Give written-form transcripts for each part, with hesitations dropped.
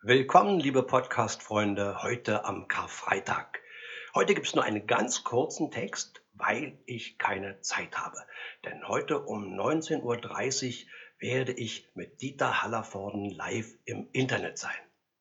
Willkommen, liebe Podcast-Freunde, heute am Karfreitag. Heute gibt es nur einen ganz kurzen Text, weil ich keine Zeit habe. Denn heute um 19:30 Uhr werde ich mit Dieter Hallervorden live im Internet sein.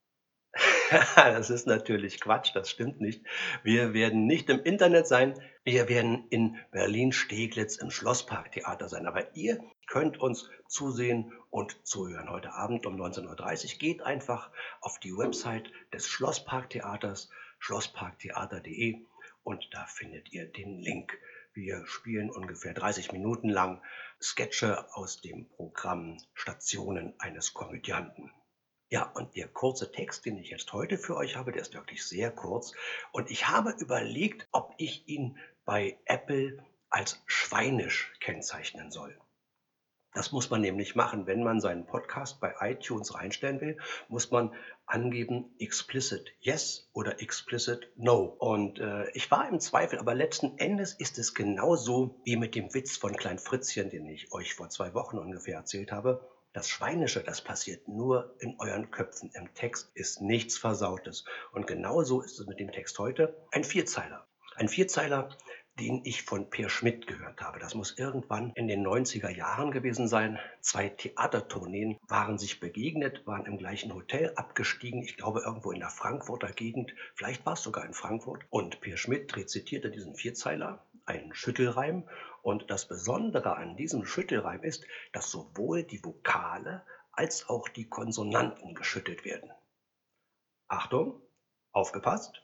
Das ist natürlich Quatsch, das stimmt nicht. Wir werden nicht im Internet sein, wir werden in Berlin-Steglitz im Schlossparktheater sein. Aber ihr könnt uns zusehen und zuhören. Heute Abend um 19:30 Uhr geht einfach auf die Website des Schlossparktheaters, schlossparktheater.de, und da findet ihr den Link. Wir spielen ungefähr 30 Minuten lang Sketche aus dem Programm Stationen eines Komödianten. Ja, und der kurze Text, den ich jetzt heute für euch habe, der ist wirklich sehr kurz. Und ich habe überlegt, ob ich ihn bei Apple als schweinisch kennzeichnen soll. Das muss man nämlich machen. Wenn man seinen Podcast bei iTunes reinstellen will, muss man angeben explicit yes oder explicit no. Und ich war im Zweifel, aber letzten Endes ist es genauso wie mit dem Witz von Klein Fritzchen, den ich euch vor 2 Wochen ungefähr erzählt habe. Das Schweinische, das passiert nur in euren Köpfen. Im Text ist nichts Versautes. Und genauso ist es mit dem Text heute. Ein Vierzeiler. Ein Vierzeiler, den ich von Peer Schmidt gehört habe. Das muss irgendwann in den 90er Jahren gewesen sein. 2 Theatertourneen waren sich begegnet, waren im gleichen Hotel abgestiegen. Ich glaube, irgendwo in der Frankfurter Gegend. Vielleicht war es sogar in Frankfurt. Und Peer Schmidt rezitierte diesen Vierzeiler, einen Schüttelreim. Und das Besondere an diesem Schüttelreim ist, dass sowohl die Vokale als auch die Konsonanten geschüttelt werden. Achtung, aufgepasst!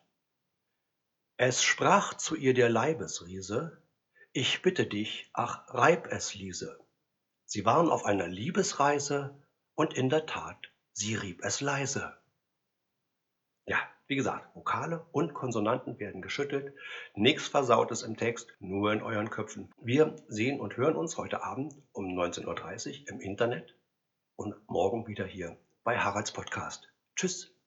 Es sprach zu ihr der Leibesriese: Ich bitte dich, ach, reib es, Liese. Sie waren auf einer Liebesreise, und in der Tat, sie rieb es leise. Ja, wie gesagt, Vokale und Konsonanten werden geschüttelt. Nichts Versautes im Text, nur in euren Köpfen. Wir sehen und hören uns heute Abend um 19:30 Uhr im Internet und morgen wieder hier bei Haralds Podcast. Tschüss.